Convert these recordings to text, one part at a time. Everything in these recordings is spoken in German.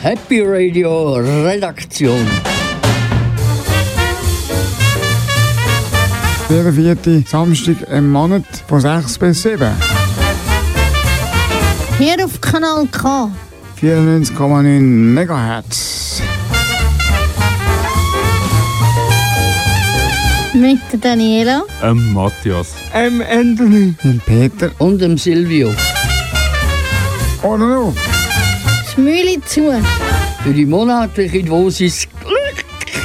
Happy Radio Redaktion. Der 4. Samstag im Monat von 6 bis 7. Hier auf Kanal K. 94,9 MHz. Mit Daniela. Matthias. Anthony. Peter. Und Silvio. Oder noch? Das Mühle zu. Für die monatliche Dosis Glück.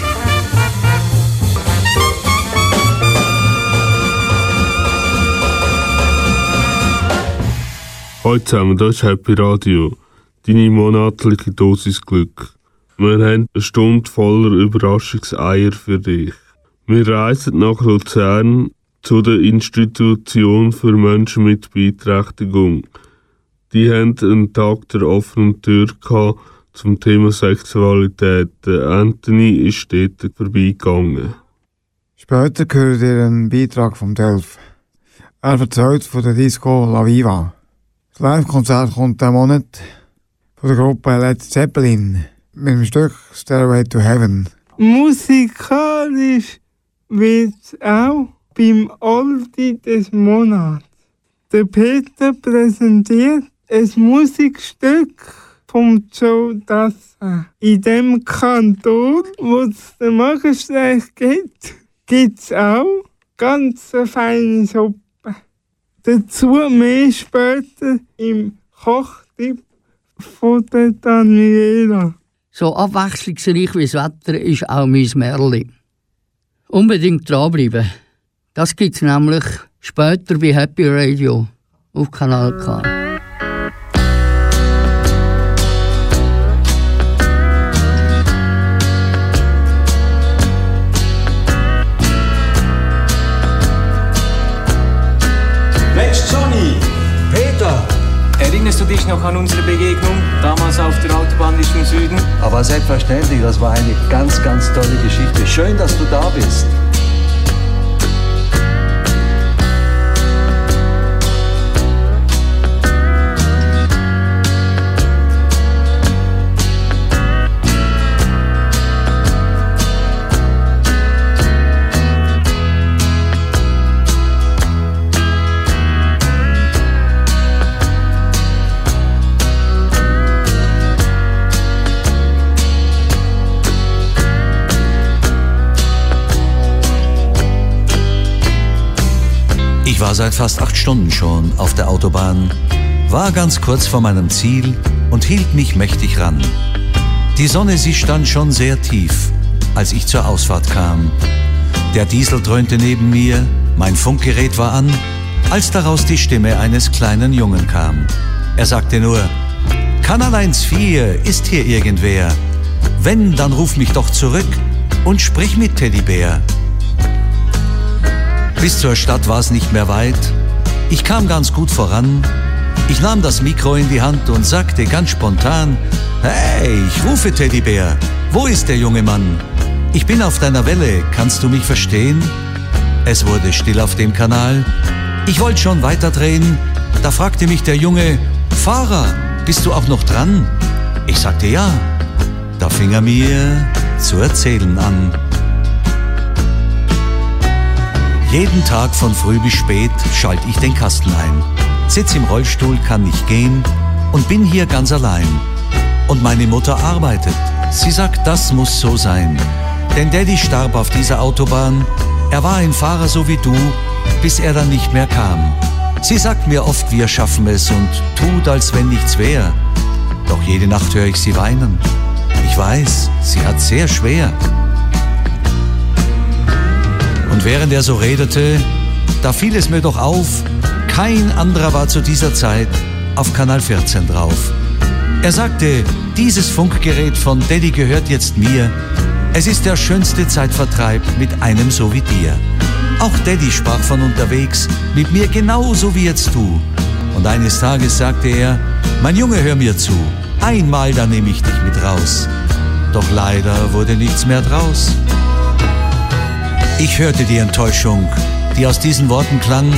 Hallo zusammen, das ist Happy Radio. Deine monatliche Dosis Glück. Wir haben eine Stunde voller Überraschungseier für dich. Wir reisen nach Luzern zu der Institution für Menschen mit Beeinträchtigung. Die haben einen Tag der offenen Tür gehabt zum Thema Sexualität. Anthony ist dort vorbeigegangen. Später gehört ihr einen Beitrag vom Delf. Er erzählt von der Disco La Viva. Das Live-Konzert kommt diesen Monat von der Gruppe Led Zeppelin mit dem Stück Stairway to Heaven. Musikalisch wird auch beim Oldie des Monats. Der Peter präsentiert ein Musikstück vom Joe Dassin. In dem Kanton, wo es den Magenstreich gibt es auch ganz feine Suppe. Dazu mehr später im Kochtipp von der Daniela. So abwechslungsreich wie das Wetter ist auch mein Märli. Unbedingt dranbleiben. Das gibt's nämlich später bei Happy Radio auf Kanal K. Mensch, Johnny! Peter! Erinnerst du dich noch an unsere Begegnung, damals auf der Autobahn Richtung Süden? Aber selbstverständlich, das war eine ganz, ganz tolle Geschichte. Schön, dass du da bist. Ich war seit fast 8 Stunden schon auf der Autobahn, war ganz kurz vor meinem Ziel und hielt mich mächtig ran. Die Sonne, sie stand schon sehr tief, als ich zur Ausfahrt kam. Der Diesel dröhnte neben mir, mein Funkgerät war an, als daraus die Stimme eines kleinen Jungen kam. Er sagte nur: Kanal 1-4, ist hier irgendwer? Wenn, dann ruf mich doch zurück und sprich mit Teddybär. Bis zur Stadt war es nicht mehr weit. Ich kam ganz gut voran. Ich nahm das Mikro in die Hand und sagte ganz spontan: Hey, ich rufe Teddybär. Wo ist der junge Mann? Ich bin auf deiner Welle, kannst du mich verstehen? Es wurde still auf dem Kanal. Ich wollte schon weiterdrehen. Da fragte mich der Junge: Fahrer, bist du auch noch dran? Ich sagte ja. Da fing er mir zu erzählen an. Jeden Tag von früh bis spät schalte ich den Kasten ein. Sitz im Rollstuhl, kann nicht gehen und bin hier ganz allein. Und meine Mutter arbeitet. Sie sagt, das muss so sein. Denn Daddy starb auf dieser Autobahn. Er war ein Fahrer so wie du, bis er dann nicht mehr kam. Sie sagt mir oft, wir schaffen es und tut, als wenn nichts wär. Doch jede Nacht höre ich sie weinen. Ich weiß, sie hat sehr schwer. Und während er so redete, da fiel es mir doch auf, kein anderer war zu dieser Zeit auf Kanal 14 drauf. Er sagte, dieses Funkgerät von Daddy gehört jetzt mir. Es ist der schönste Zeitvertreib mit einem so wie dir. Auch Daddy sprach von unterwegs, mit mir genauso wie jetzt du. Und eines Tages sagte er, mein Junge, hör mir zu, einmal, da nehme ich dich mit raus. Doch leider wurde nichts mehr draus. Ich hörte die Enttäuschung, die aus diesen Worten klang.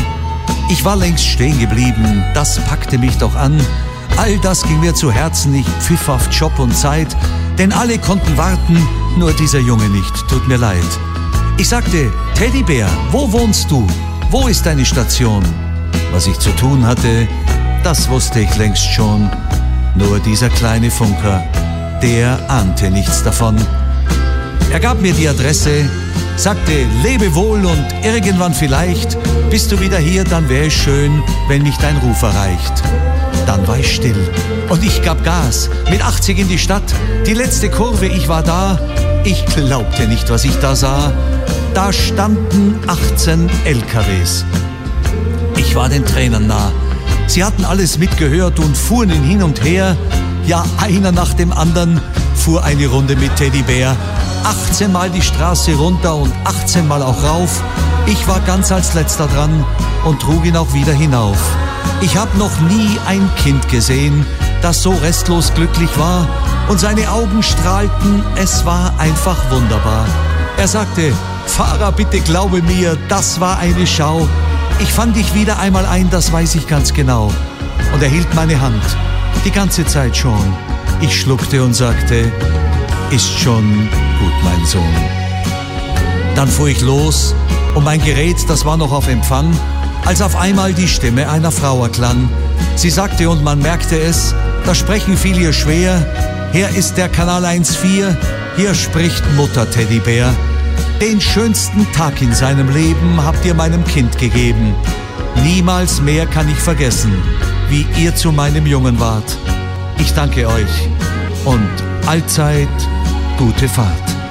Ich war längst stehen geblieben, das packte mich doch an. All das ging mir zu Herzen, ich pfiff auf Job und Zeit, denn alle konnten warten, nur dieser Junge nicht, tut mir leid. Ich sagte, Teddybär, wo wohnst du? Wo ist deine Station? Was ich zu tun hatte, das wusste ich längst schon. Nur dieser kleine Funker, der ahnte nichts davon. Er gab mir die Adresse, sagte, lebe wohl und irgendwann vielleicht bist du wieder hier, dann wäre es schön, wenn mich dein Ruf erreicht. Dann war ich still und ich gab Gas, mit 80 in die Stadt, die letzte Kurve, ich war da. Ich glaubte nicht, was ich da sah. Da standen 18 LKWs. Ich war den Tränen nah. Sie hatten alles mitgehört und fuhren ihn hin und her. Ja, einer nach dem anderen fuhr eine Runde mit Teddybär. 18 Mal die Straße runter und 18 Mal auch rauf. Ich war ganz als letzter dran und trug ihn auch wieder hinauf. Ich hab noch nie ein Kind gesehen, das so restlos glücklich war. Und seine Augen strahlten, es war einfach wunderbar. Er sagte, Fahrer, bitte glaube mir, das war eine Schau. Ich fand dich wieder einmal ein, das weiß ich ganz genau. Und er hielt meine Hand, die ganze Zeit schon. Ich schluckte und sagte, ist schon gut, mein Sohn. Dann fuhr ich los und mein Gerät, das war noch auf Empfang, als auf einmal die Stimme einer Frau erklang. Sie sagte, und man merkte es, da sprechen viele hier schwer, hier ist der Kanal 1,4, hier spricht Mutter Teddybär. Den schönsten Tag in seinem Leben habt ihr meinem Kind gegeben. Niemals mehr kann ich vergessen, wie ihr zu meinem Jungen wart. Ich danke euch und allzeit gute Fahrt.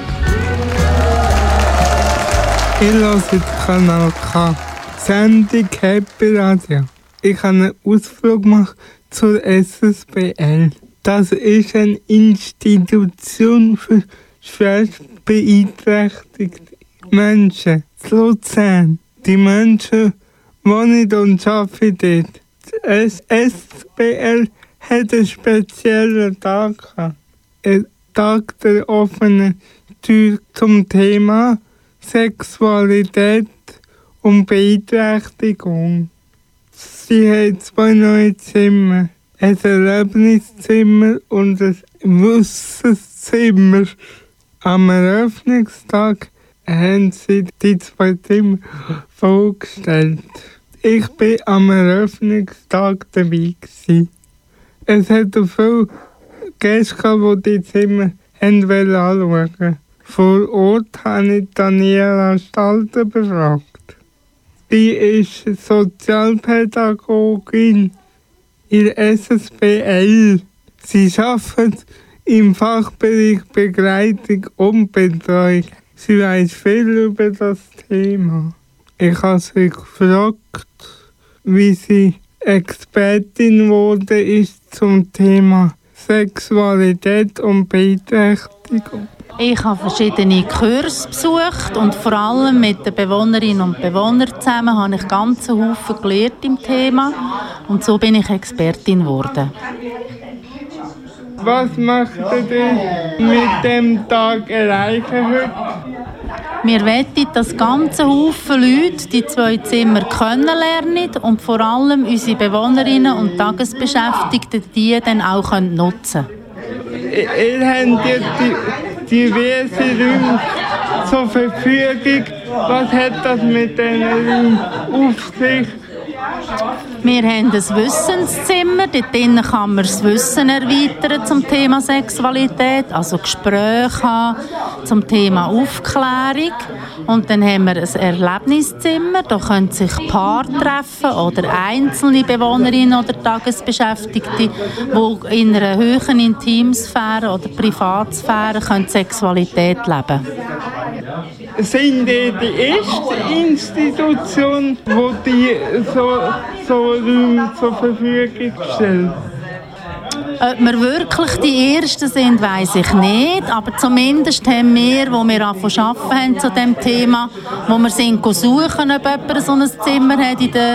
Ich höre Kanal K, Sendung Happy Radio. Ich habe einen Ausflug gemacht zur SSBL. Das ist eine Institution für schwerst beeinträchtigte Menschen in Luzern. Die Menschen wohnen und arbeiten dort. Das SSBL hat einen speziellen Tag gehabt. Ein Tag der offenen Tür zum Thema Sexualität und Beeinträchtigung. Sie haben 2 neue Zimmer, ein Erlebniszimmer und ein Wissenszimmer. Am Eröffnungstag haben sie die 2 Zimmer vorgestellt. Ich war am Eröffnungstag dabei gewesen. Es hat viele Gäste gehabt, die Zimmer anschauen wollten. Vor Ort habe ich Daniela Stalter befragt. Sie ist Sozialpädagogin in der SSBL. Sie arbeitet im Fachbereich Begleitung und Betreuung. Sie weiß viel über das Thema. Ich habe sie gefragt, wie sie Expertin wurde ist zum Thema Sexualität und Beeinträchtigung. Ich habe verschiedene Kurse besucht und vor allem mit den Bewohnerinnen und Bewohnern zusammen habe ich ganz Haufen gelernt im Thema und so bin ich Expertin geworden. Was möchtet ihr mit dem Tag erreichen heute? Wir wollen, dass ganze Haufen Leute die 2 Zimmer kennenlernen und vor allem unsere Bewohnerinnen und Tagesbeschäftigten die dann auch nutzen können. Ihr habt jetzt diverse Räume zur Verfügung. Was hat das mit diesen Räumen auf sich? Wir haben ein Wissenszimmer, dort drinnen kann man das Wissen erweitern zum Thema Sexualität, also Gespräche haben zum Thema Aufklärung. Und dann haben wir ein Erlebniszimmer, da können sich Paare treffen oder einzelne Bewohnerinnen oder Tagesbeschäftigte, die in einer höheren Intimsphäre oder Privatsphäre können Sexualität leben können. Sind die erste Institution, die so Räume zur Verfügung stellt? Ob wir wirklich die Ersten sind, weiss ich nicht. Aber zumindest haben wir, wo wir arbeiten zu diesem Thema, wo wir sind suchen, ob jemand so ein Zimmer hat in der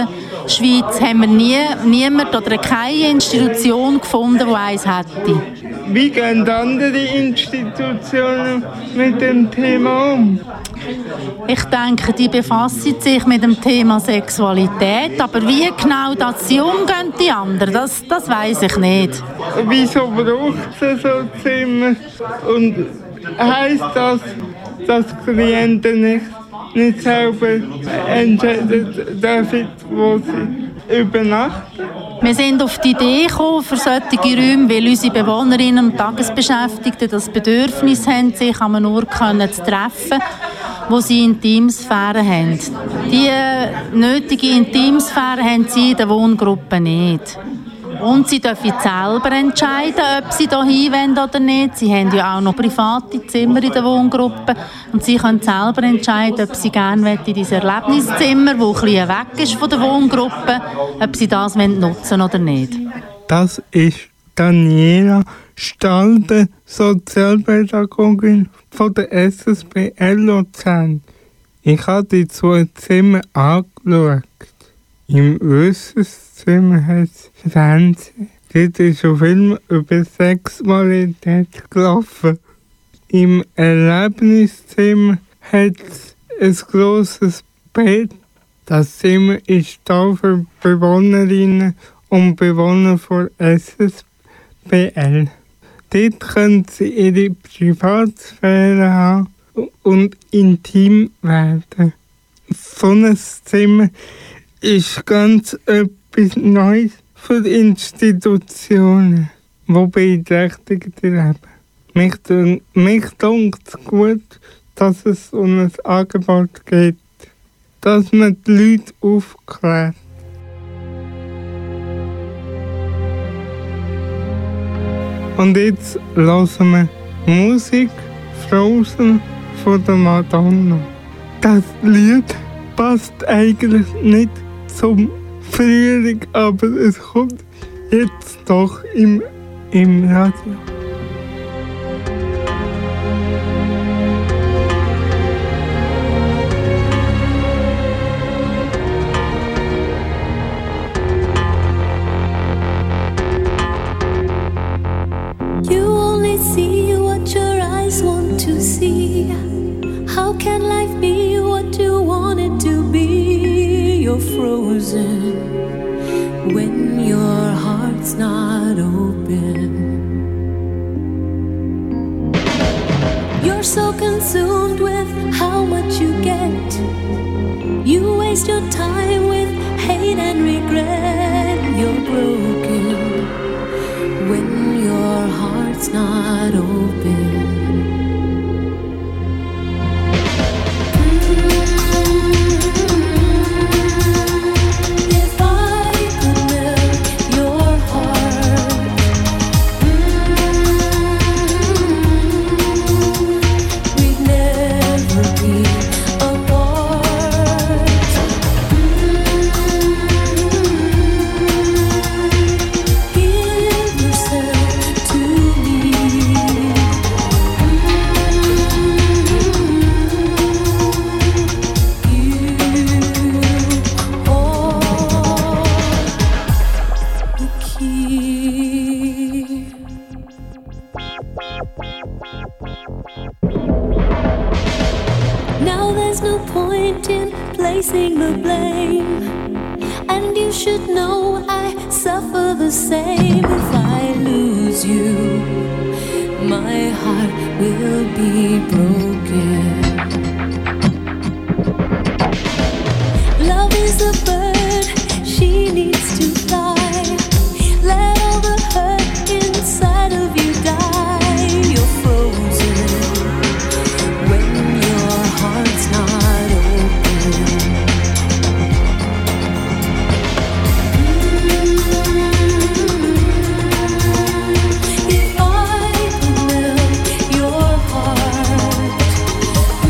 Schweiz haben wir niemand oder keine Institution gefunden, die eins hätte. Wie gehen andere Institutionen mit dem Thema um? Ich denke, die befassen sich mit dem Thema Sexualität, aber wie genau das sie umgehen, die anderen, das weiss ich nicht. Wieso braucht es so Zimmer? Und heisst das, dass Klienten nicht selber entscheiden dürfen, wo sie übernachten? Wir sind auf die Idee gekommen für solche Räume, weil unsere Bewohnerinnen und Tagesbeschäftigten das Bedürfnis haben, sich an einem Ort zu treffen, wo sie Intimsphäre haben. Die nötige Intimsphäre haben sie in der Wohngruppe nicht. Und sie dürfen selber entscheiden, ob sie hier hin wollen oder nicht. Sie haben ja auch noch private Zimmer in der Wohngruppe. Und sie können selber entscheiden, ob sie gerne in dieses Erlebniszimmer, das ein bisschen weg ist von der Wohngruppe, ob sie das nutzen oder nicht. Das ist Daniela Stalder, Sozialpädagogin von der SSPL Luzern. Ich habe die 2 Zimmer angeschaut. Im Wissenzimmer hat es Fernsehen. Dort ist ein Film über Sexualität gelaufen. Im Erlebniszimmer hat es ein grosses Bett. Das Zimmer ist da für Bewohnerinnen und Bewohner von SSPL. Dort können sie ihre Privatsphäre haben und intim werden. So ein Zimmer ist ganz etwas Neues für Institutionen, die Beeinträchtigte leben. Mich dunkt es gut, dass es so ein Angebot gibt, dass man die Leute aufklärt. Und jetzt hören wir Musik Frozen von der Madonna. Das Lied passt eigentlich nicht zum Frühling, aber es kommt jetzt doch im Radio. You only see what your eyes want to see. How can life be what you want it to be? You're frozen when your heart's not open. You're so consumed with how much you get. You waste your time with hate and regret. You're broken when your heart's not open. Now there's no point in placing the blame, and you should know I suffer the same. If I lose you, my heart will be broken. Love is a bird, she needs to fly. Let all the hurt inside of you die. You're frozen when your heart's not open. If I could melt your heart,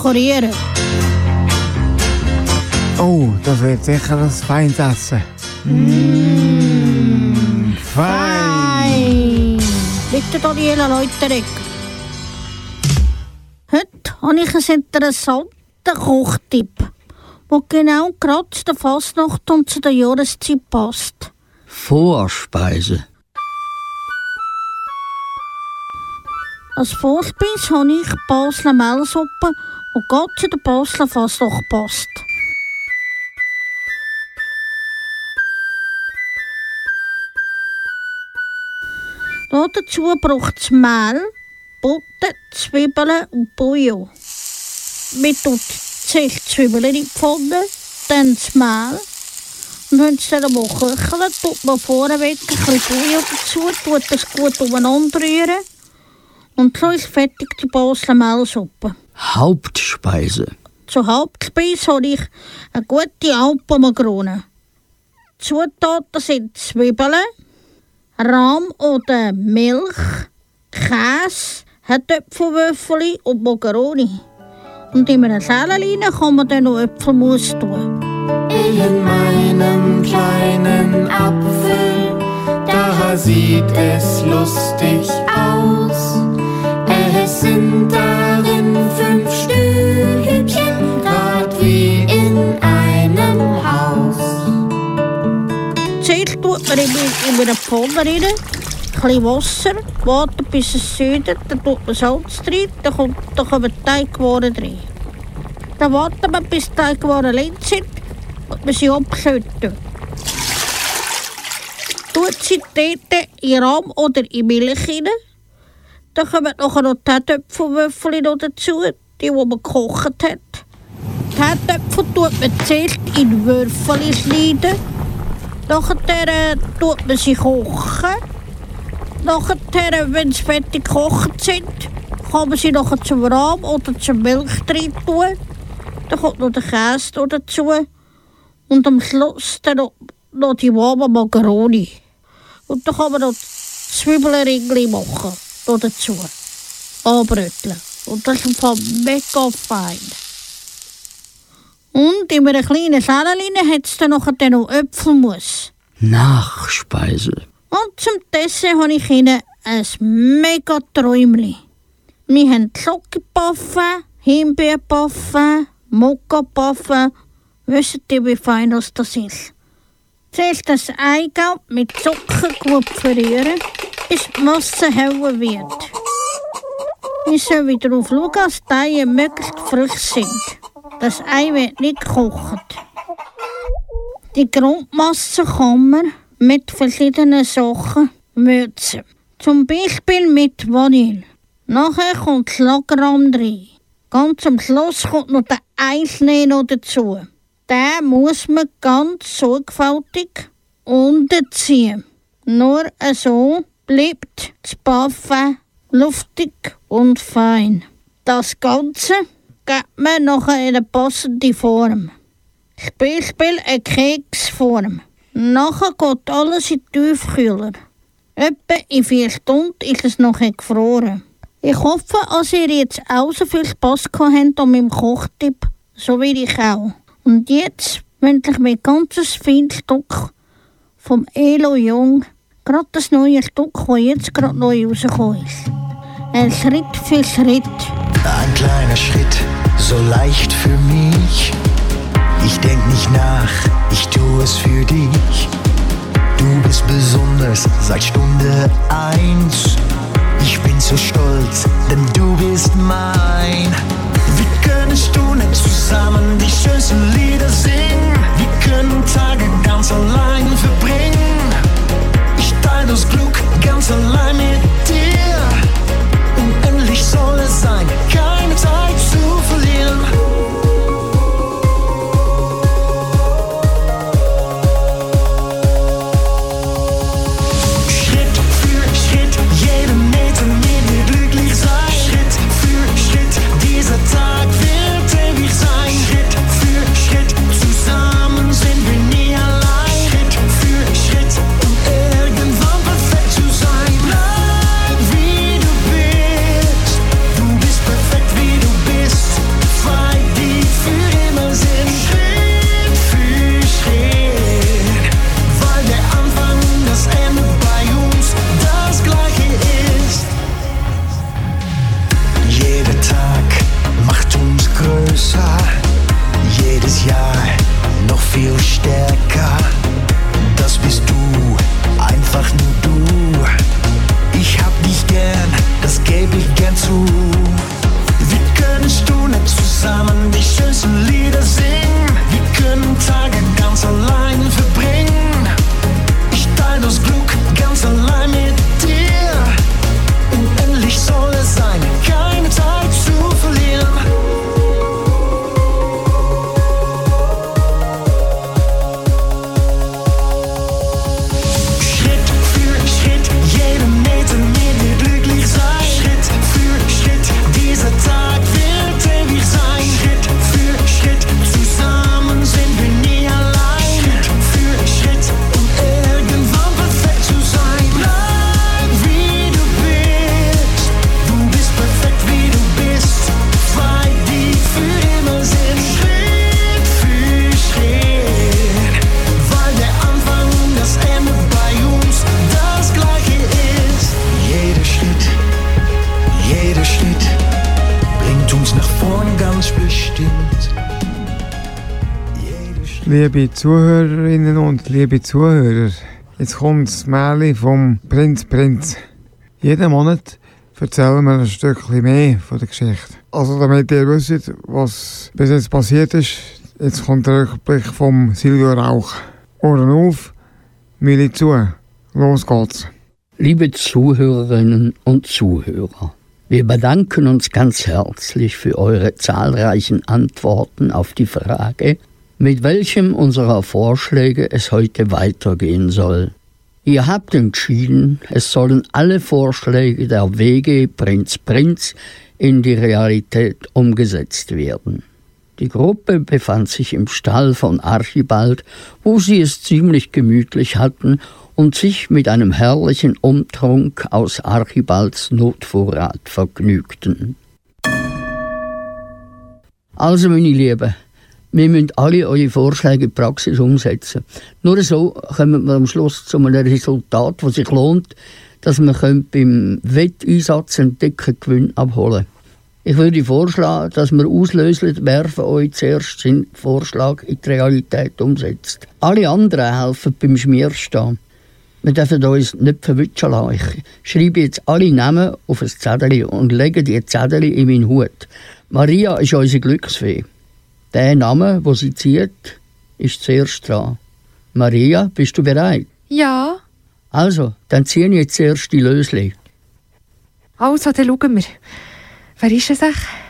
dekorieren. Oh, das wird sicher ein feines Essen. Fein! Bitte, Daniela Leuterek. Heute habe ich einen interessanten Kochtipp, der genau gerade zu der Fasnacht und zu der Jahreszeit passt. Vorspeise. Als Vorspeise habe ich Basler Mehlsuppe, die gerade zu der Basler Fasnacht passt. Dazu braucht es Mehl, Butter, Zwiebeln und Bouillon. Man tut zuerst die Zwiebeln in die Pfanne, dann das Mehl. Und wenn es dann einmal köchelt, tut man vorweg ein bisschen Bouillon dazu, tut das gut umeinander rühren. Und so ist fertig die Basler Mehlsuppe. Hauptspeise. Zur Hauptspeise habe ich eine gute Alpenmakrone. Zutaten sind Zwiebeln, Rahm oder Milch, Käse, Herdöpfelwürfel und Macaroni. Und in einer Schälleline kann man dann noch Äpfelmus tun. In meinem kleinen Apfel, da sieht es lustig aus. Es sind darin 5 Stühlchen, grad wie in einem Haus. Zuerst tut man in eine Pfanne rein, ein bisschen Wasser, wartet bis es südet, dann tut man Salz rein, dann kommen die Teigwaren rein. Dann wartet man, bis die Teigwaren leer sind und man sie abschütten. Tut sie dort in Rahm oder in Milch rein. Dann kommen nachher noch die Herdöpfelwürfel dazu, die man gekocht hat. Die Herdöpfel tut man zuerst in Würfel schneiden. Nachher tut man sie kochen. Nachher, wenn sie fertig gekocht sind, kann man sie nachher zum Rahm oder zur Milch rein tun. Dann kommt noch der Käse dazu. Und am Schluss dann noch die warme Macaroni. Und dann kann man noch Zwiebelringli machen dazu. Anbröteln. Und das ist einfach mega fein. Und in einer kleinen Schälleline hat es dann noch Äpfelmus. Nachspeise. Und zum Dessert habe ich Ihnen ein mega Träumchen. Wir haben Schokoparfum, Himbeerparfum, Mokka-Parfum. Wisst ihr, wie fein das ist? Zuerst das Eigelb mit Zucker gut verrühren, bis die Masse heller wird. Wir sollen darauf schauen, dass die Eier möglichst frisch sind. Das Ei wird nicht gekocht. Die Grundmasse kann man mit verschiedenen Sachen würzen. Zum Beispiel mit Vanille. Nachher kommt Schlagrahm rein. Ganz am Schluss kommt noch der Eischnee dazu. Den muss man ganz sorgfältig unterziehen. Nur so bleibt das Parfum luftig und fein. Das Ganze gibt man nachher in eine passende Form. Zum Beispiel eine Keksform. Nachher geht alles in die Tiefkühler. Etwa in 4 Stunden ist es nachher gefroren. Ich hoffe, dass ihr jetzt auch so viel Spass habt an meinem Kochtipp, so wie ich auch. Und jetzt wünsche ich mir ganz feines Stück vom Elo Jung. Gerade das neue Stück, das jetzt gerade neu rausgekommen ist. Ein Schritt für Schritt. Ein kleiner Schritt, so leicht für mich. Ich denk nicht nach, ich tue es für dich. Du bist besonders seit Stunde 1. Ich bin so stolz, denn du bist mein. Wir können Stunden zusammen die schönsten Lieder singen. Wir können Tage ganz allein verbringen. Ich teile das Glück ganz allein mit dir. Unendlich soll es sein, keine Zeit zu verlieren. Schritt für Schritt, jeden Meter mit dir glücklich sein. Schritt für Schritt, dieser Tag wird ewig sein. Schritt für Schritt zusammen. Liebe Zuhörerinnen und liebe Zuhörer, jetzt kommt das Märchen vom Prinz. Jeden Monat erzählen wir ein Stückchen mehr von der Geschichte. Also damit ihr wisst, was bis jetzt passiert ist, jetzt kommt der Rückblick vom Silvio Rauch. Ohren auf, Mühle zu. Los geht's. Liebe Zuhörerinnen und Zuhörer, wir bedanken uns ganz herzlich für eure zahlreichen Antworten auf die Frage, mit welchem unserer Vorschläge es heute weitergehen soll. Ihr habt entschieden, es sollen alle Vorschläge der WG Prinz in die Realität umgesetzt werden. Die Gruppe befand sich im Stall von Archibald, wo sie es ziemlich gemütlich hatten und sich mit einem herrlichen Umtrunk aus Archibalds Notvorrat vergnügten. Also, meine Lieben, wir müssen alle eure Vorschläge in die Praxis umsetzen. Nur so kommen wir am Schluss zu einem Resultat, das sich lohnt, dass wir beim Wetteinsatz einen dicken Gewinn abholen können. Ich würde vorschlagen, dass wir auslösen, wer von euch zuerst seinen Vorschlag in die Realität umsetzt. Alle anderen helfen beim Schmierstehen. Wir dürfen uns nicht verwischen lassen. Ich schreibe jetzt alle Namen auf ein Zettel und lege die Zettel in meinen Hut. Maria ist unsere Glücksfee. Der Name, den sie zieht, ist zuerst dran. Maria, bist du bereit? Ja. Also, dann ziehe ich jetzt zuerst die Lösli. Also, dann schauen wir. Wer ist es?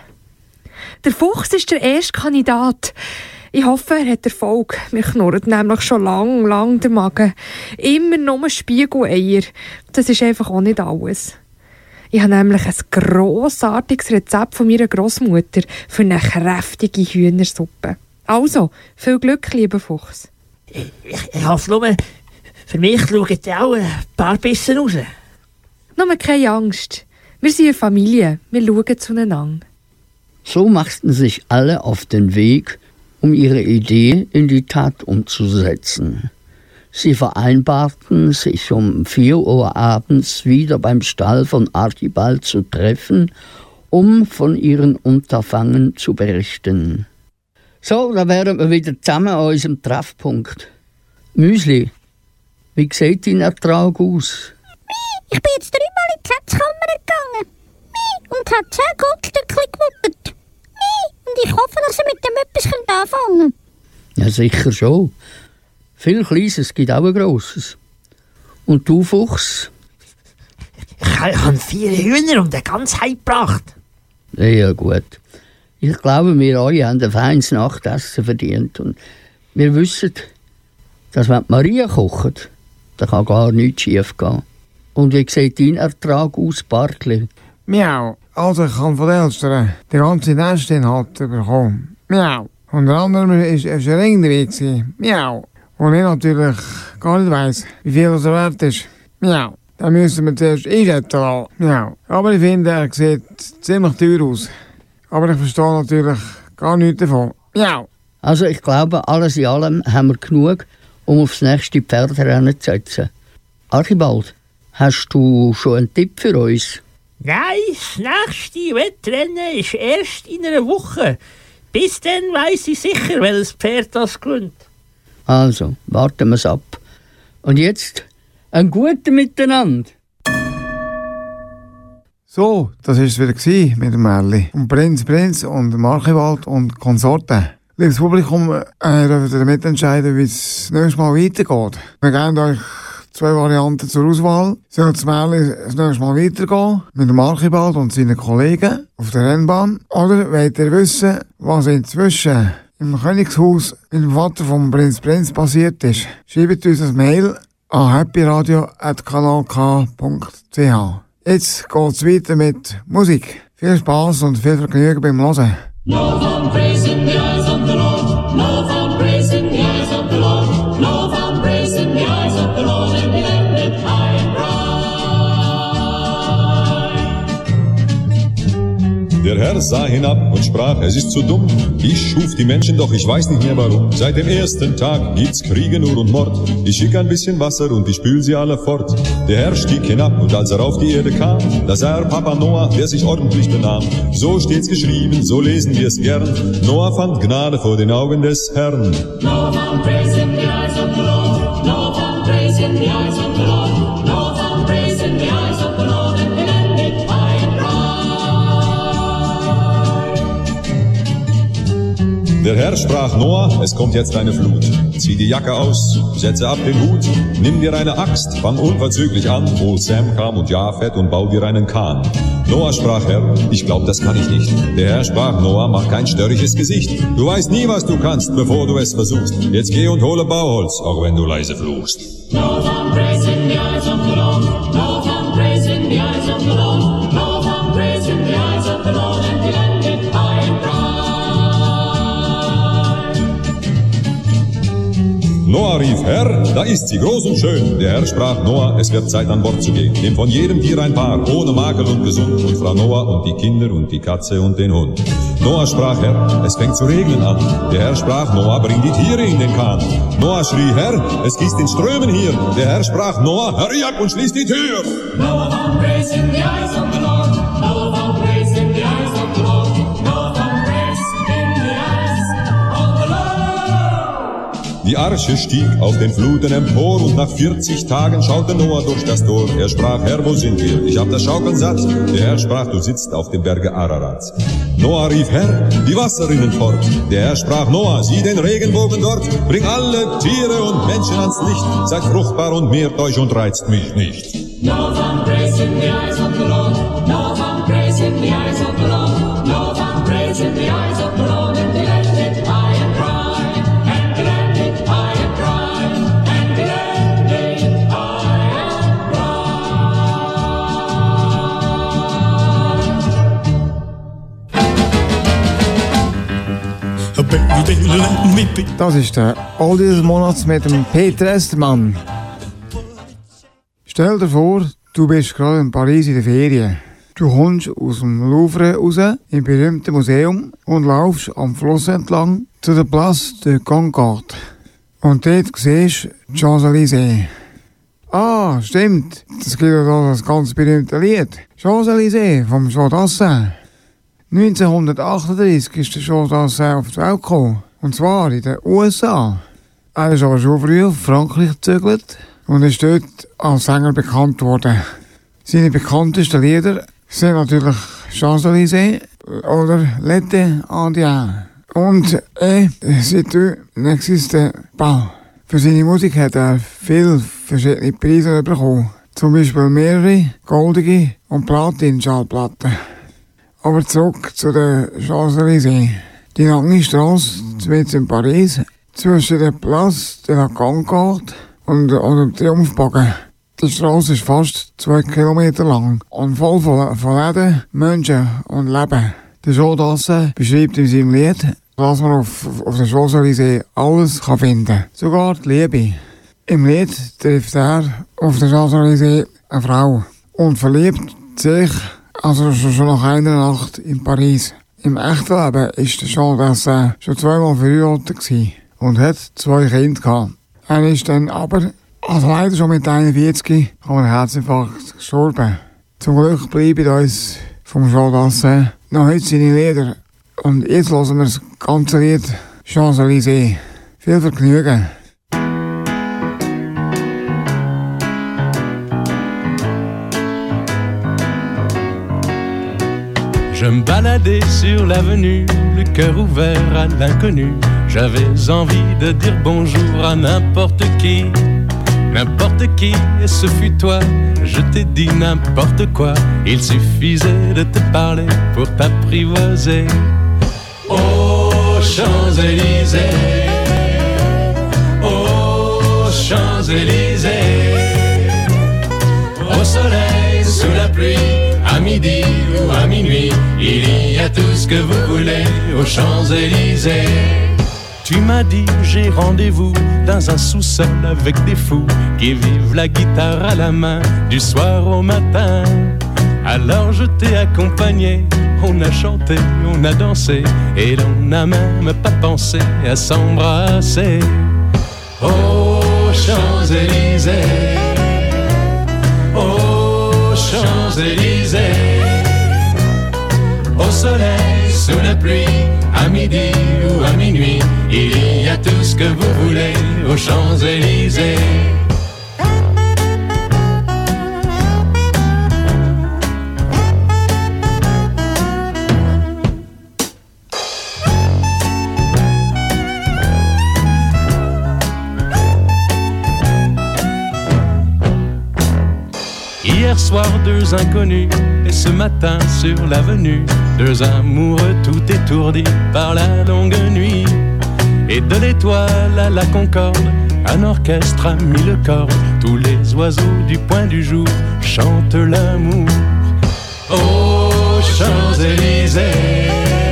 Der Fuchs ist der erste Kandidat. Ich hoffe, er hat Erfolg. Mir knurrt nämlich schon lang der Magen. Immer nur Spiegeleier. Das ist einfach auch nicht alles. Ich habe nämlich ein grossartiges Rezept von meiner Grossmutter für eine kräftige Hühnersuppe. Also, viel Glück, lieber Fuchs. Ich hoffe nur, für mich schauen auch ein paar Bissen raus. Nur keine Angst. Wir sind eine Familie. Wir schauen zueinander. So machten sich alle auf den Weg, um ihre Idee in die Tat umzusetzen. Sie vereinbarten, sich um 4 Uhr abends wieder beim Stall von Archibald zu treffen, um von ihren Unterfangen zu berichten. So, da wären wir wieder zusammen an unserem Treffpunkt. Müsli, wie sieht dein Ertrag aus? Ich bin jetzt 3-mal in die Schatzkammer gegangen. Und habe 10 Goldstückchen gewottert. Und ich hoffe, dass ihr mit dem etwas anfangen könnt. Ja, sicher schon. Viel Kleines gibt auch ein Grosses. Und du, Fuchs? Ich habe 4 Hühner und eine ganz heimgebracht. Ja, gut. Ich glaube, wir alle haben ein feines Nachtessen verdient. Und wir wissen, dass wenn Maria kocht, dann kann gar nichts schief gehen. Und wie sieht dein Ertrag aus, Bartli? Miau. Also ich habe von den Eltern den ganzen Nestinhalt bekommen. Miau. Unter anderem war ein Ring dabei. Miau. Und ich natürlich gar nicht weiss, wie viel er wert ist. Miau. Dann müssen wir zuerst einschätzen lassen. Miau. Aber ich finde, er sieht ziemlich teuer aus. Aber ich verstehe natürlich gar nichts davon. Miau. Also ich glaube, alles in allem haben wir genug, um aufs nächste Pferderennen zu setzen. Archibald, hast du schon einen Tipp für uns? Nein, das nächste Wettrennen ist erst in einer Woche. Bis dann weiss ich sicher, welches Pferd das gewinnt. Also, warten wir es ab. Und jetzt ein guten Miteinander. So, das war es wieder mit dem Märchen. Und Prinz und dem Archibald und Konsorten. Liebes Publikum, dürft ihr mitentscheiden, wie es nächstes Mal weitergeht. Wir geben euch 2 Varianten zur Auswahl. Soll das Märchen das nächste Mal weitergehen mit dem Archibald und seinen Kollegen auf der Rennbahn? Oder wollt ihr wissen, was inzwischen im Königshaus mit dem Vater von Prinz passiert ist? Schreibt uns ein Mail an happyradio@kanalk.ch. Jetzt geht's weiter mit Musik. Viel Spass und viel Vergnügen beim Hören. No fun praising the eyes of the Lord. No fun praising the eyes of the Lord. No fun praising the eyes of the Lord. In the end it high and bright. Der Herr Herr sah hinab und sprach, es ist zu dumm. Ich schuf die Menschen, doch ich weiß nicht mehr warum. Seit dem ersten Tag gibt's Kriege nur und Mord. Ich schick ein bisschen Wasser und ich spül sie alle fort. Der Herr stieg hinab und als er auf die Erde kam, da sah er Papa Noah, der sich ordentlich benahm. So steht's geschrieben, so lesen wir es gern. Noah fand Gnade vor den Augen des Herrn. Noah found grace in the eyes of the Lord. Noah found grace in the eyes of the Lord. Noah found grace in the eyes of the Lord, and it ended high and dry. Der Herr sprach, Noah, es kommt jetzt eine Flut. Zieh die Jacke aus, setze ab den Hut, nimm dir eine Axt, fang unverzüglich an, hol Sam, Kam und Japhet und bau dir einen Kahn. Noah sprach, Herr, ich glaub, das kann ich nicht. Der Herr sprach, Noah, mach kein störrisches Gesicht. Du weißt nie, was du kannst, bevor du es versuchst. Jetzt geh und hole Bauholz, auch wenn du leise fluchst. Noah found grace in the eyes of the Lord. Noah found grace in the eyes of the Lord. Noah found grace in the eyes of the Lord, and it ended high and dry. Noah rief, Herr, da ist sie, groß und schön. Der Herr sprach, Noah, es wird Zeit, an Bord zu gehen. Nimm von jedem Tier ein Paar, ohne Makel und gesund. Und Frau Noah und die Kinder und die Katze und den Hund. Noah sprach, Herr, es fängt zu regnen an. Der Herr sprach, Noah, bring die Tiere in den Kahn. Noah schrie, Herr, es gießt in Strömen hier. Der Herr sprach, Noah, hurry up und schließ die Tür. Noah found grace in the eyes of the Lord. Noah found grace in the eyes of the Lord. Noah found grace in the eyes of the Lord. Die Arche stieg auf den Fluten empor und nach 40 Tagen schaute Noah durch das Tor. Er sprach, Herr, wo sind wir? Ich hab das Schaukeln satt. Der Herr sprach, du sitzt auf dem Berge Ararat. Noah rief, Herr, die Wasser rinnen fort. Der Herr sprach, Noah, sieh den Regenbogen dort. Bring alle Tiere und Menschen ans Licht. Seid fruchtbar und mehrt euch und reizt mich nicht. Noah found grace in the eyes of the Lord. Noah found grace in the eyes of the Lord. Noah found grace in the eyes of the Lord, and it ended high and dry. And it ended high and dry. And it ended high and dry. Das ist der Oldie des Monats mit dem Peter Estermann. Stell dir vor, du bist gerade in Paris in der Ferien. Du kommst aus dem Louvre raus, im berühmten Museum, und laufst am Fluss entlang zu der Place de Concorde. Und dort siehst du die Champs-Élysées. Ah, stimmt, das gibt ja das ganz berühmte Lied. Champs-Élysées vom Jean Dassin. 1938 ist der Jean Dassin auf die Welt gekommen. Und zwar in den USA. Er ist aber schon früh auf Frankreich gezögert und ist dort als Sänger bekannt worden. Seine bekanntesten Lieder sind natürlich Champs-Élysées oder L'été indien. Und c'est eux n'existe pas. Für seine Musik hat er viele verschiedene Preise bekommen. Zum Beispiel mehrere goldige und Platin-Schallplatten. Aber zurück zu den Champs-Élysées. Die lange Strasse mitten in Paris, zwischen der Place de la Concorde und dem Triumphbogen. Die Strasse ist fast 2 Kilometer lang und voll von Läden, Menschen und Leben. Der Jean Dassin beschreibt in seinem Lied, dass man auf der Champs-Élysées alles finden kann. Sogar die Liebe. Im Lied trifft er auf der Champs-Élysées eine Frau und verliebt sich also schon nach einer Nacht in Paris. Im echten Leben war der Jean Dassin schon 2-mal verheiratet und hat 2 Kinder gehabt. Er ist dann aber, also leider schon mit 41, an einem Herzinfarkt gestorben. Zum Glück bleiben uns vom Jean Dassin noch heute seine Lieder. Und jetzt hören wir das ganze Lied Champs-Élysées. Viel Vergnügen. Je me baladais sur l'avenue, le cœur ouvert à l'inconnu. J'avais envie de dire bonjour à n'importe qui, et ce fut toi. Je t'ai dit n'importe quoi, il suffisait de te parler pour t'apprivoiser. Aux Champs-Élysées, aux Champs-Élysées, au soleil, sous la pluie, à midi ou à minuit, il y a tout ce que vous voulez aux Champs-Élysées. Tu m'as dit j'ai rendez-vous dans un sous-sol avec des fous qui vivent la guitare à la main du soir au matin. Alors je t'ai accompagné on a chanté, on a dansé, et l'on n'a même pas pensé à s'embrasser. Aux Champs-Élysées, aux Champs-Élysées, au soleil, sous la pluie, à midi ou à minuit, il y a tout ce que vous voulez aux Champs-Élysées. Hier soir, deux inconnus, et ce matin sur l'avenue, deux amoureux tout étourdis par la longue nuit. Et de l'étoile à la Concorde, un orchestre a mis le corps. Tous les oiseaux du point du jour chantent l'amour. Aux Champs-Élysées,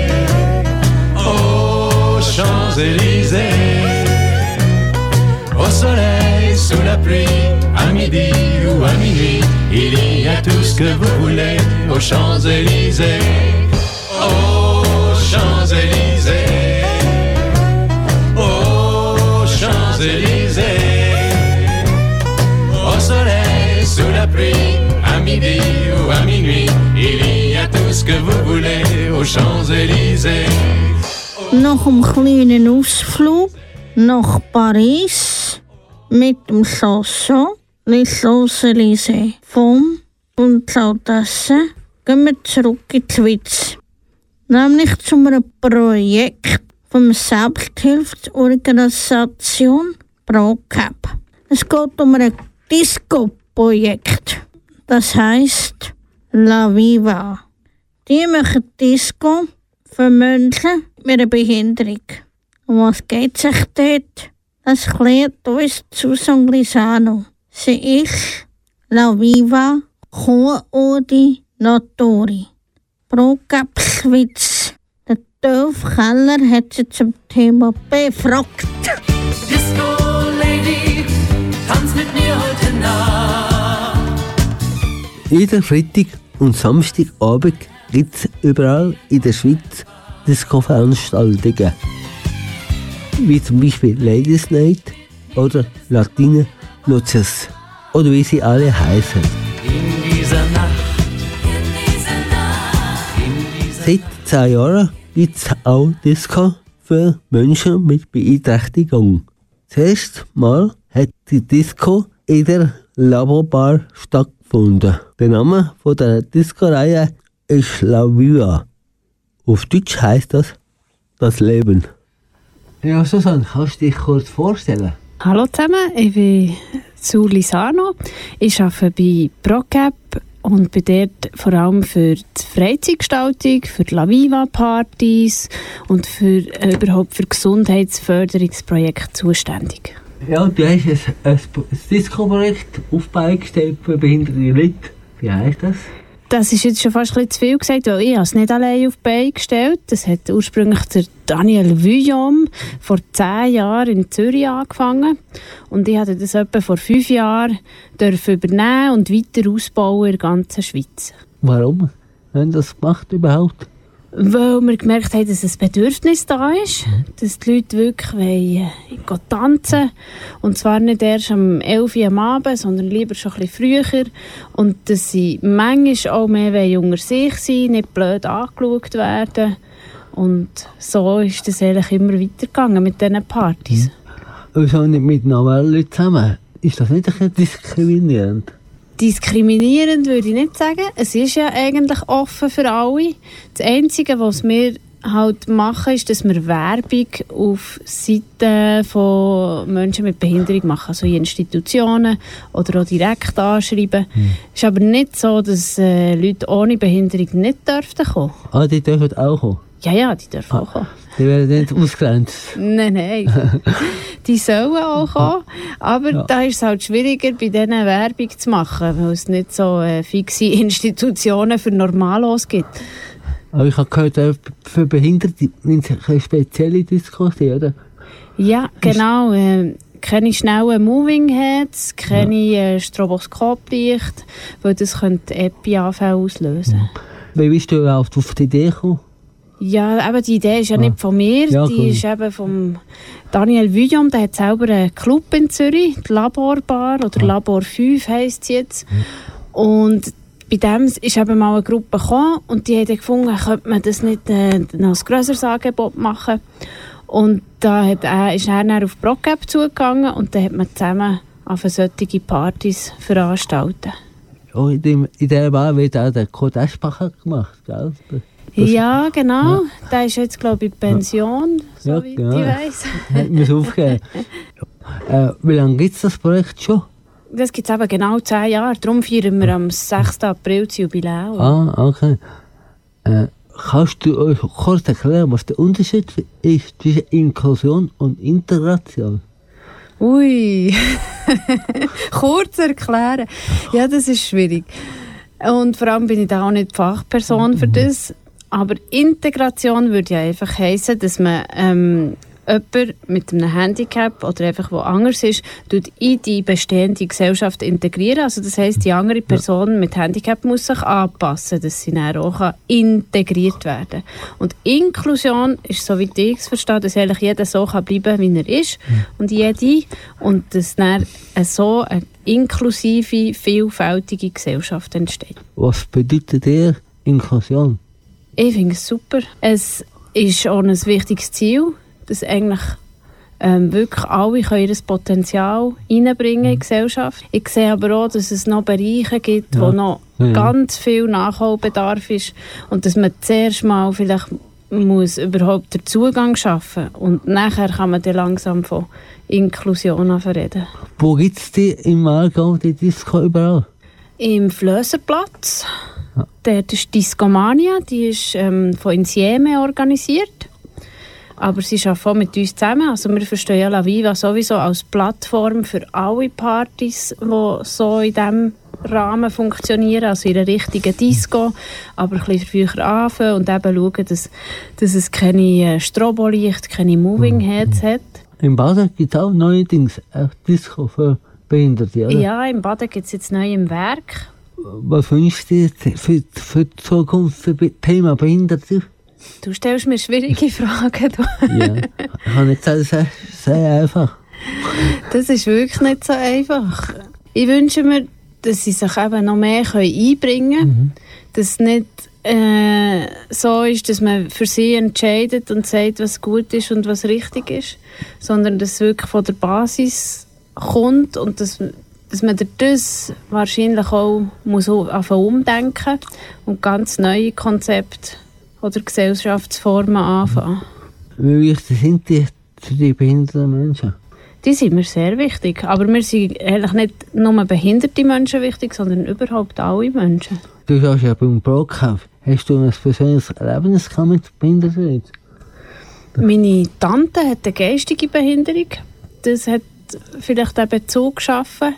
aux Champs-Élysées, au soleil, sous la pluie, à midi ou à minuit, il y a tout ce que vous voulez aux Champs-Élysées. Aux Champs-Élysées, aux Champs-Élysées, au soleil, sous la pluie, à midi ou à minuit, il y a tout ce que vous voulez aux Champs-Élysées. Noch een kleine Ausflug nach Paris mit dem Chanson Les Champs-Élysées vom Untertassen gehen wir zurück in die Schweiz. Nämlich zu einem Projekt vom Selbsthilfsorganisation ProCap. Es geht um ein Disco-Projekt. Das heisst La Viva. Die machen Disco für Menschen mit einer Behinderung. Um was geht sich dort? Das klärt uns Susan Glisano. Sie ist La Viva Odi Notori. ProCap Schweiz. Der Dolf Keller hat sie zum Thema befragt. Disco Lady, tanz mit mir heute Nacht. Jeden Freitag und Samstagabend gibt es überall in der Schweiz Disco-Veranstaltungen. Wie zum Beispiel Ladies Night oder Latine Lucius oder wie sie alle heißen. In dieser Nacht, Seit 10 Jahren gibt es auch Disco für Menschen mit Beeinträchtigung. Zuerst mal hat die Disco in der Laborbar stattgefunden. Der Name von der Disco-Reihe ist La Viva. Auf Deutsch heisst das Leben. Ja, Susanne, kannst du dich kurz vorstellen? Hallo zusammen, ich bin Susan Glisano. Ich arbeite bei ProCap und bin dort vor allem für die Freizeitgestaltung, für die La Viva-Partys und überhaupt für Gesundheitsförderungsprojekte zuständig. Ja, du hast ein Disco-Projekt aufgestellt für behinderte Leute. Wie heisst das? Das ist jetzt schon fast ein bisschen zu viel gesagt, weil ich es nicht allein auf die Beine gestellt. Das hat ursprünglich der Daniel Vuillaume vor 10 Jahren in Zürich angefangen. Und ich durfte das etwa vor 5 Jahren übernehmen und weiter ausbauen in der ganzen Schweiz. Warum haben Sie das gemacht überhaupt? Weil wir gemerkt haben, dass ein Bedürfnis da ist, dass die Leute wirklich wollen tanzen. Und zwar nicht erst am 11 Uhr am Abend, sondern lieber schon ein bisschen früher. Und dass sie manchmal auch mehr unter sich sein, nicht blöd angeschaut werden. Und so ist das eigentlich immer weitergegangen mit diesen Partys. Wieso nicht mit normalen Leuten zusammen? Ist das nicht ein bisschen diskriminierend? Diskriminierend würde ich nicht sagen. Es ist ja eigentlich offen für alle. Das Einzige, was wir halt machen, ist, dass wir Werbung auf Seiten von Menschen mit Behinderung machen. Also in Institutionen oder auch direkt anschreiben. Es ist aber nicht so, dass Leute ohne Behinderung nicht dürfen kommen. Ah, die dürfen auch kommen? Ja, die dürfen auch kommen. Die werden nicht ausgegrenzt? Nein. Die sollen auch kommen. Aber da ist es halt schwieriger, bei denen Werbung zu machen, weil es nicht so fixe Institutionen für Normalos gibt. Aber ich habe gehört, für Behinderte eine spezielle Diskus, oder? Ja, genau. Keine schnellen Moving Heads, keine Stroboskoplicht, weil das könnte Epi-Anfälle auslösen. Wie bist du überhaupt auf die Idee gekommen? Ja, eben die Idee ist ja nicht von mir, Ja, die cool. ist eben von Daniel Vuillaume, der hat selber einen Club in Zürich, die Laborbar oder Labor 5 heisst sie jetzt. Und bei dem ist eben mal eine Gruppe gekommen und die haben dann gefunden, könnte man das nicht noch ein grösseres Angebot machen. Und da ist er dann auf ProCap zugegangen und dann hat man zusammen auf solche Partys veranstalten. Oh, in dieser Bar wird auch der Kurt Eschbacher gemacht, gell? Ja, genau. Der ist jetzt, glaube ich, in Pension, soweit ich weiss. Hat mich aufgegeben. Wie lange gibt es das Projekt schon? Das gibt es eben genau 10 Jahre. Darum feiern wir am 6. April das Jubiläum. Ah, okay. Kannst du uns kurz erklären, was der Unterschied ist zwischen Inklusion und Integration? Ui, kurz erklären. Ja, das ist schwierig. Und vor allem bin ich da auch nicht die Fachperson für das. Aber Integration würde ja einfach heissen, dass man jemanden mit einem Handicap oder einfach wo anders ist, in die bestehende Gesellschaft integrieren. Also das heisst, die andere Person mit Handicap muss sich anpassen, dass sie dann auch integriert werden kann. Und Inklusion ist, so wie ich es verstehe, dass eigentlich jeder so bleiben kann, wie er ist und jede. Und dass dann so eine inklusive, vielfältige Gesellschaft entsteht. Was bedeutet dir Inklusion? Ich finde es super. Es ist auch ein wichtiges Ziel, dass eigentlich wirklich alle ihr Potenzial reinbringen in die Gesellschaft. Ich sehe aber auch, dass es noch Bereiche gibt, wo noch ganz viel Nachholbedarf ist und dass man zuerst mal vielleicht muss überhaupt den Zugang schaffen und nachher kann man dann langsam von Inklusion reden. Wo gibt es die im Aargau, die Disco überall? Im Flöserplatz. Dort ist Discomania, die ist von Insieme organisiert. Aber sie arbeiten auch mit uns zusammen. Also wir verstehen ja La Viva sowieso als Plattform für alle Partys, die so in diesem Rahmen funktionieren, also in einer richtigen Disco, aber ein bisschen früher anfangen und eben schauen, dass es keine Strobolicht, keine Moving Heads hat. Im Baden gibt es auch neuerdings eine Disco für Behinderte, oder? Ja, im Baden gibt es jetzt neu im Werk. Was wünschst du dir für die Zukunft für das Thema Behinderte? Du stellst mir schwierige Fragen. Ja, ich habe nicht gesagt, das ist sehr einfach. Das ist wirklich nicht so einfach. Ich wünsche mir, dass sie sich eben noch mehr einbringen können. Dass es nicht so ist, dass man für sie entscheidet und sagt, was gut ist und was richtig ist, sondern dass es wirklich von der Basis kommt und dass man das wahrscheinlich auch muss umdenken und ganz neue Konzepte oder Gesellschaftsformen anfangen. Wie wichtig sind die für die behinderten Menschen? Die sind mir sehr wichtig. Aber wir sind eigentlich nicht nur behinderte Menschen wichtig, sondern überhaupt alle Menschen. Du sagst ja beim ProCap, hast du ein persönliches Erlebnis mit Behinderten? Meine Tante hat eine geistige Behinderung. Das hat vielleicht einen Bezug geschaffen.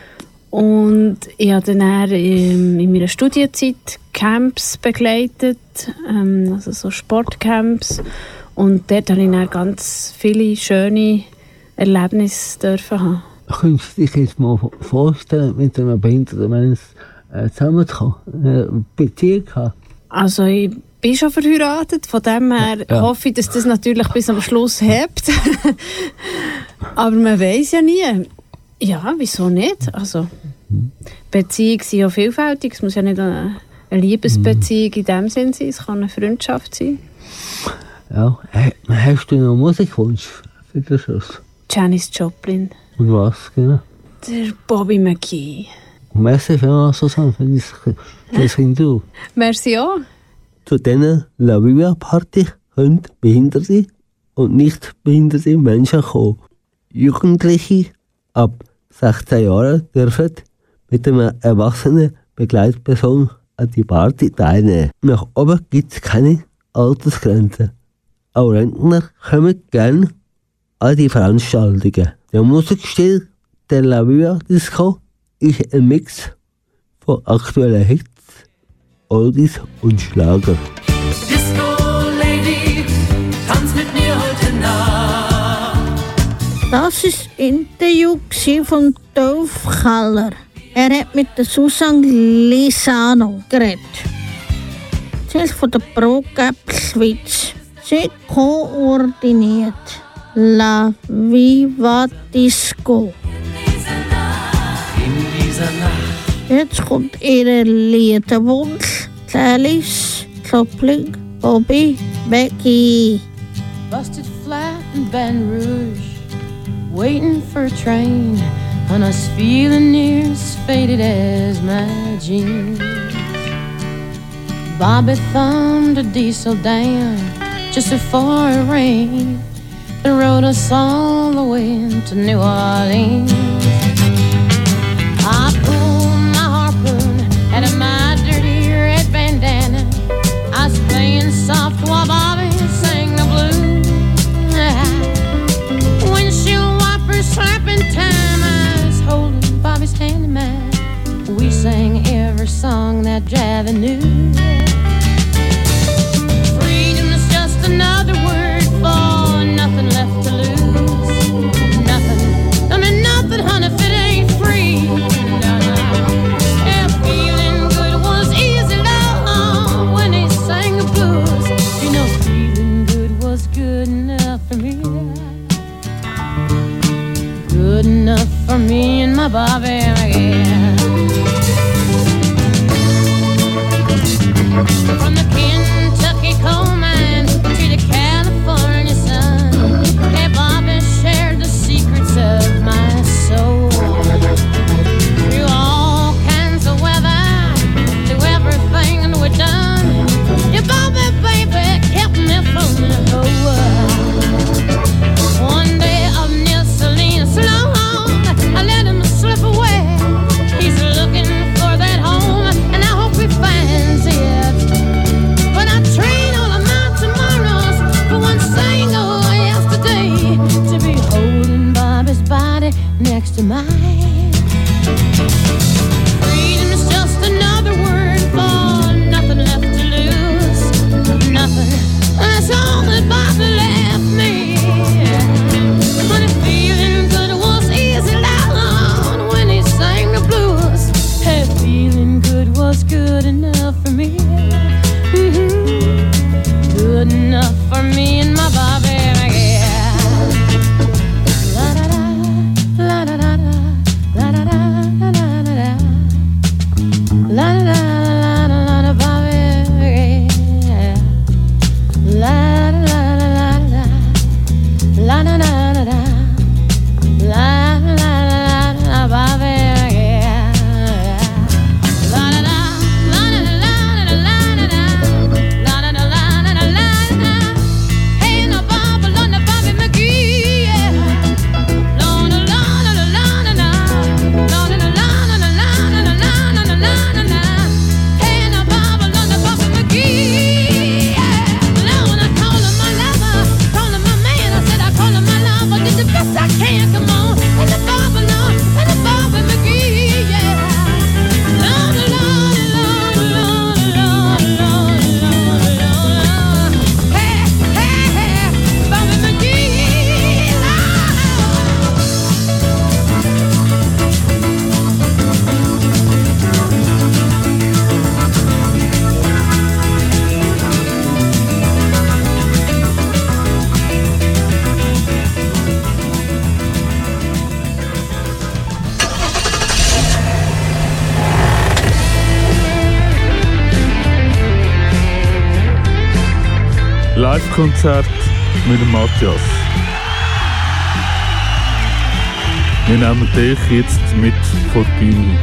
Und ich habe dann in meiner Studienzeit Camps begleitet, also so Sportcamps. Und dort durfte ich dann ganz viele schöne Erlebnisse haben. Könntest du dich jetzt mal vorstellen, mit einem behinderten Menschen zusammenzukommen, eine Beziehung haben? Also ich bin schon verheiratet, von dem her hoffe ich, dass das natürlich bis am Schluss hebt. Aber man weiß ja nie. Ja, wieso nicht? Also, Beziehungen sind ja vielfältig. Es muss ja nicht eine Liebesbeziehung in dem Sinn sein. Es kann eine Freundschaft sein. Ja, hast du noch Musikwunsch für den Schluss? Janis Joplin. Und was, genau? Der Bobby McGee. Merci vielmals, Susanne, für das Interview. Merci auch. Zu dieser La Viva Party können behinderte und nicht behinderte Menschen kommen. Jugendliche ab 16 Jahren dürfen mit einer erwachsenen Begleitperson an die Party teilnehmen. Nach oben gibt es keine Altersgrenze. Auch Rentner kommen gerne an die Veranstaltungen. Der Musikstil der La Viva Disco ist ein Mix von aktuellen Hits, Oldies und Schlager. Disco Lady, tanz mit mir heute Nacht. Das war das Interview von Dolf Keller. Er hat mit der Susanne Lisano geredet. Sie ist von der ProGap Schweiz. Sie koordiniert La Viva Disco. Jetzt kommt ihr Liederwunsch. Alice, Toppling, Bobby, Becky. Busted flat in Baton Rouge, waiting for a train, and I was feeling near as faded as my jeans. Bobby thumbed a diesel down just before it rained and rode us all the way to New Orleans. I pulled my harpoon out of my dirty red bandana. I was playing soft while Bobby sang the blues. Windshield wipers slapping time, I was holding Bobby's hand in mine. We sang every song that Javi knew. Freedom is just another word for nothing left to lose. Nothing, don't mean nothing, honey, if it ain't free. No, no. Yeah, feeling good was easy, love, when he sang the blues. You know, feeling good was good enough for me. Good enough for me and my Bobby, yeah. From the Kentucky coal mines to the California sun, hey, Bobby shared the secrets of my soul. Through all kinds of weather, through everything we've done, yeah, Bobby, baby, kept me from the whole world. One day up near Selena Sloan, I let him slip away. He's looking for that home, and I hope he finds it. But I trade all of my tomorrows for one single yesterday, to be holding Bobby's body next to mine. Freedom is just another word for nothing left to lose. Nothing, that's all that Bobby left me. But if feeling good was easy, loud when he sang the blues, hey, feeling good was good enough for me. Good enough for me and my Bobby, yeah. La da da, la da da da, la da da, la da da da, la da da, la da Bobby, yeah. La da da da da, la da da da, la da da Bobby, yeah. La da da, la da da, la da da, la da da, la da da. Hey, no Bobby, no Bobby McGee, yeah. La da la da la da da, la da da la da la da la. Hey, no Bobby, no Bobby McGee, yeah. Now when I call him my lover, call him my man, I said I call him my lover, did the best I can, come on. And the Bobby, no, and the Bobby McGee, yeah. La da la da la da la. Hey, hey, hey, Bobby McGee, Live-Konzert mit dem Matthias. Wir nehmen dich jetzt mit vor die Bühne.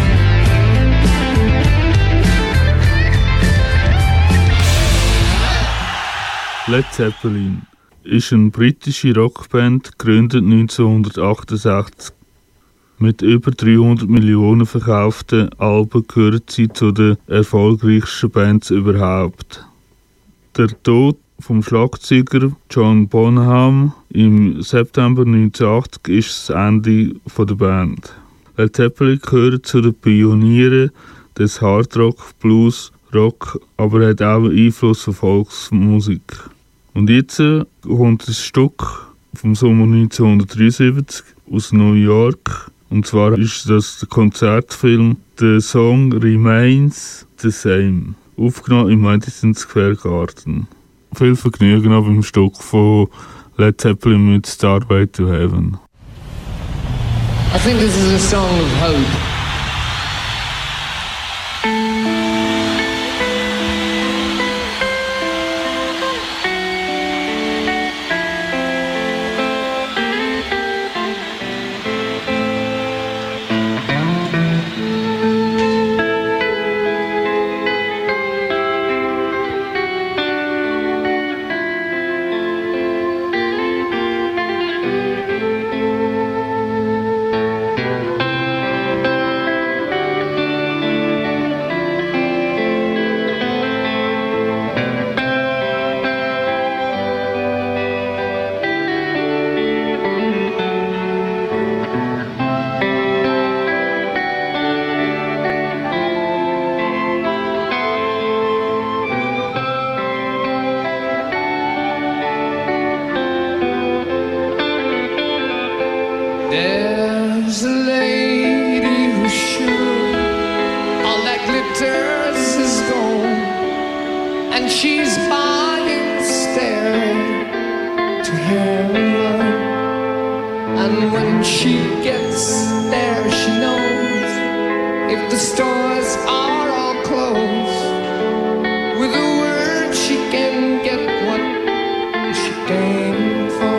Led Zeppelin ist eine britische Rockband, gegründet 1968. Mit über 300 Millionen verkauften Alben gehören sie zu den erfolgreichsten Bands überhaupt. Der Tod vom Schlagzeuger John Bonham im September 1980 ist das Ende der Band. Led Zeppelin gehört zu den Pionieren des Hardrock, Blues, Rock, aber hat auch Einfluss auf Volksmusik. Und jetzt kommt ein Stück vom Sommer 1973 aus New York. Und zwar ist das der Konzertfilm The Song Remains the Same. aufgenommen im Madison Square Garden. Viel Vergnügen auch beim Stück von Led Zeppelin mit Starway to Heaven. I think this is a song of hope. There's a lady who's sure all that glitters is gold, and she's buying staring to heaven. And when she gets there, she knows if the stores are all closed, with a word she can get what she came for.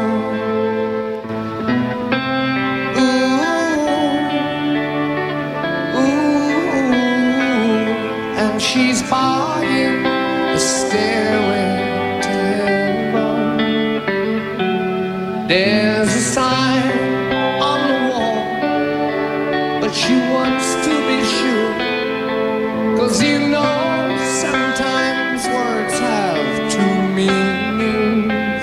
She's buying the stairway to heaven. There's a sign on the wall, but she wants to be sure, 'cause you know sometimes words have two meanings.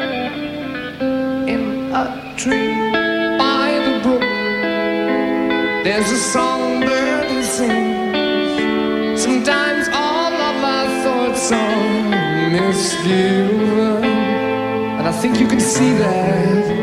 In a tree by the brook, there's a songbird who sings. Sometimes all of our thoughts are misgiven, and I think you can see that.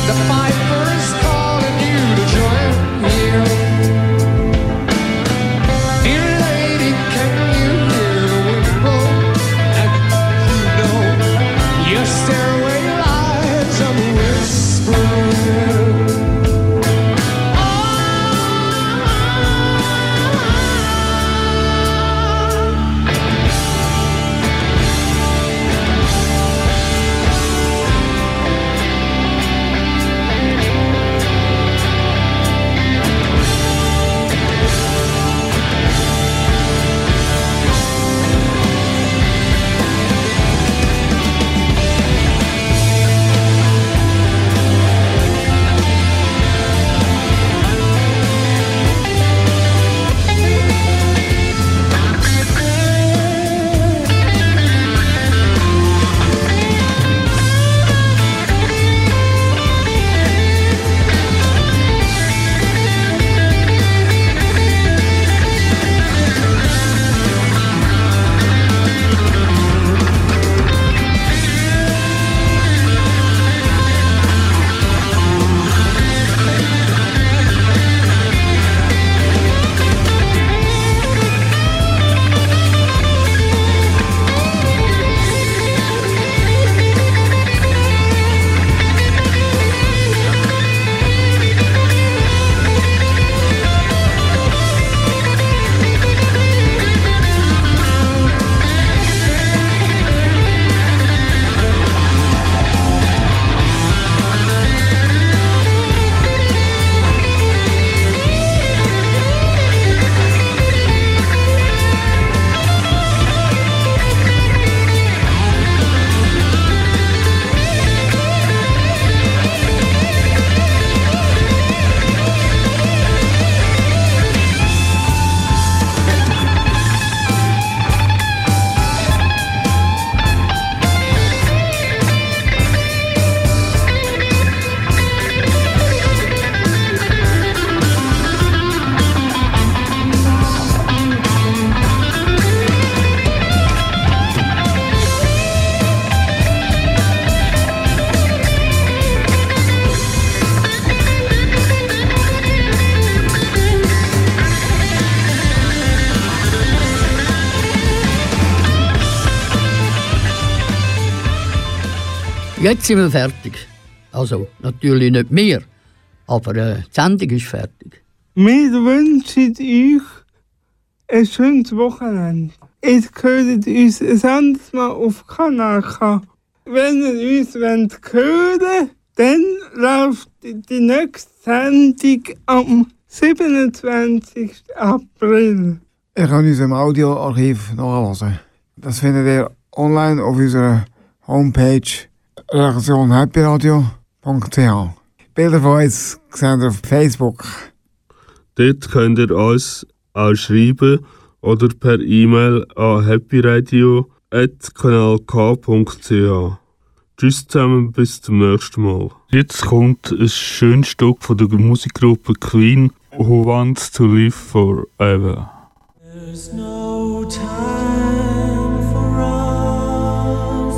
The piper's calling you to join him. Dear lady, can you hear the wind blow? And you know your stairway lies a whispering. Jetzt sind wir fertig. Also, natürlich nicht mehr, aber die Sendung ist fertig. Wir wünschen euch ein schönes Wochenende. Ihr hört uns ein anderes Mal auf Kanal K. Wenn ihr uns hören wollt, dann läuft die nächste Sendung am 27. April. Ihr könnt uns im Audioarchiv nachhören. Das findet ihr online auf unserer Homepage redaktionhappyradio.ch. Bilder von uns seht ihr auf Facebook. Dort könnt ihr uns auch schreiben oder per E-Mail an happyradio@kanalk.ch. Tschüss zusammen, bis zum nächsten Mal. Jetzt kommt ein schönes Stück von der Musikgruppe Queen, Who Wants to Live Forever. There's no time for us.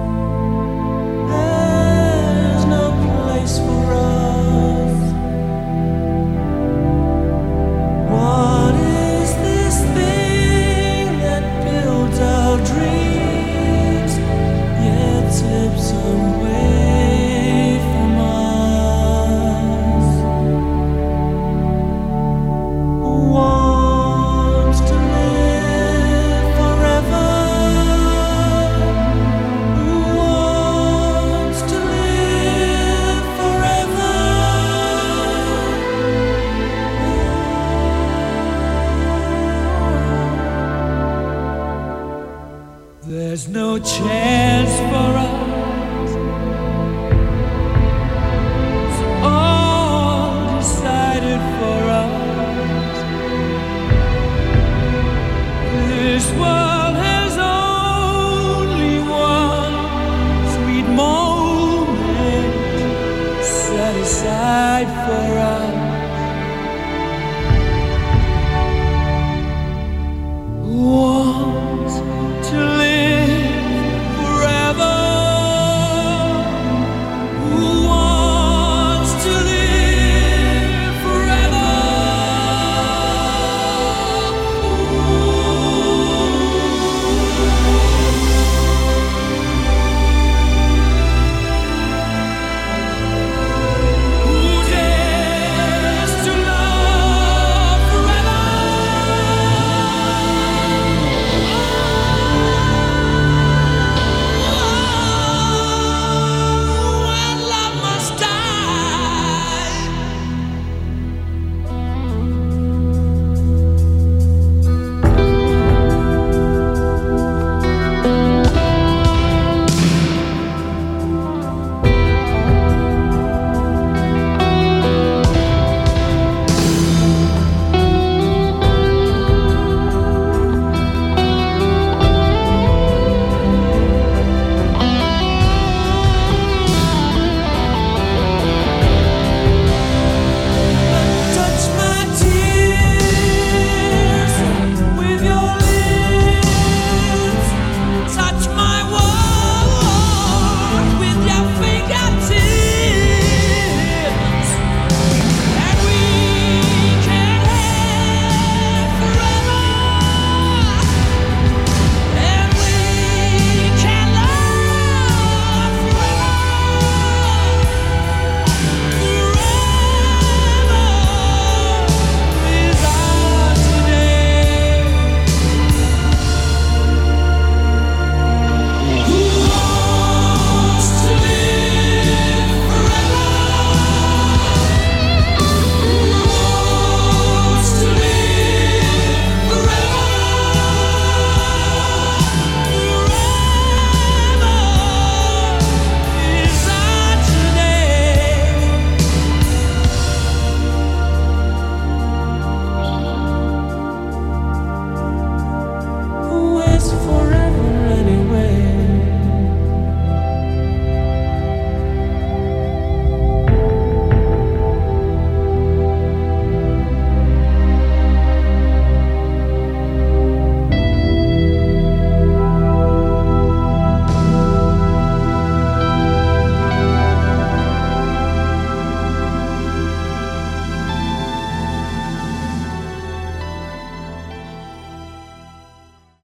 There's no place for us. What is this thing that builds our dreams, yet tips away from us? Wants to live forever. Who wants to live forever? There's no chance for us. It's all decided for us. This world has only one sweet moment set aside for us.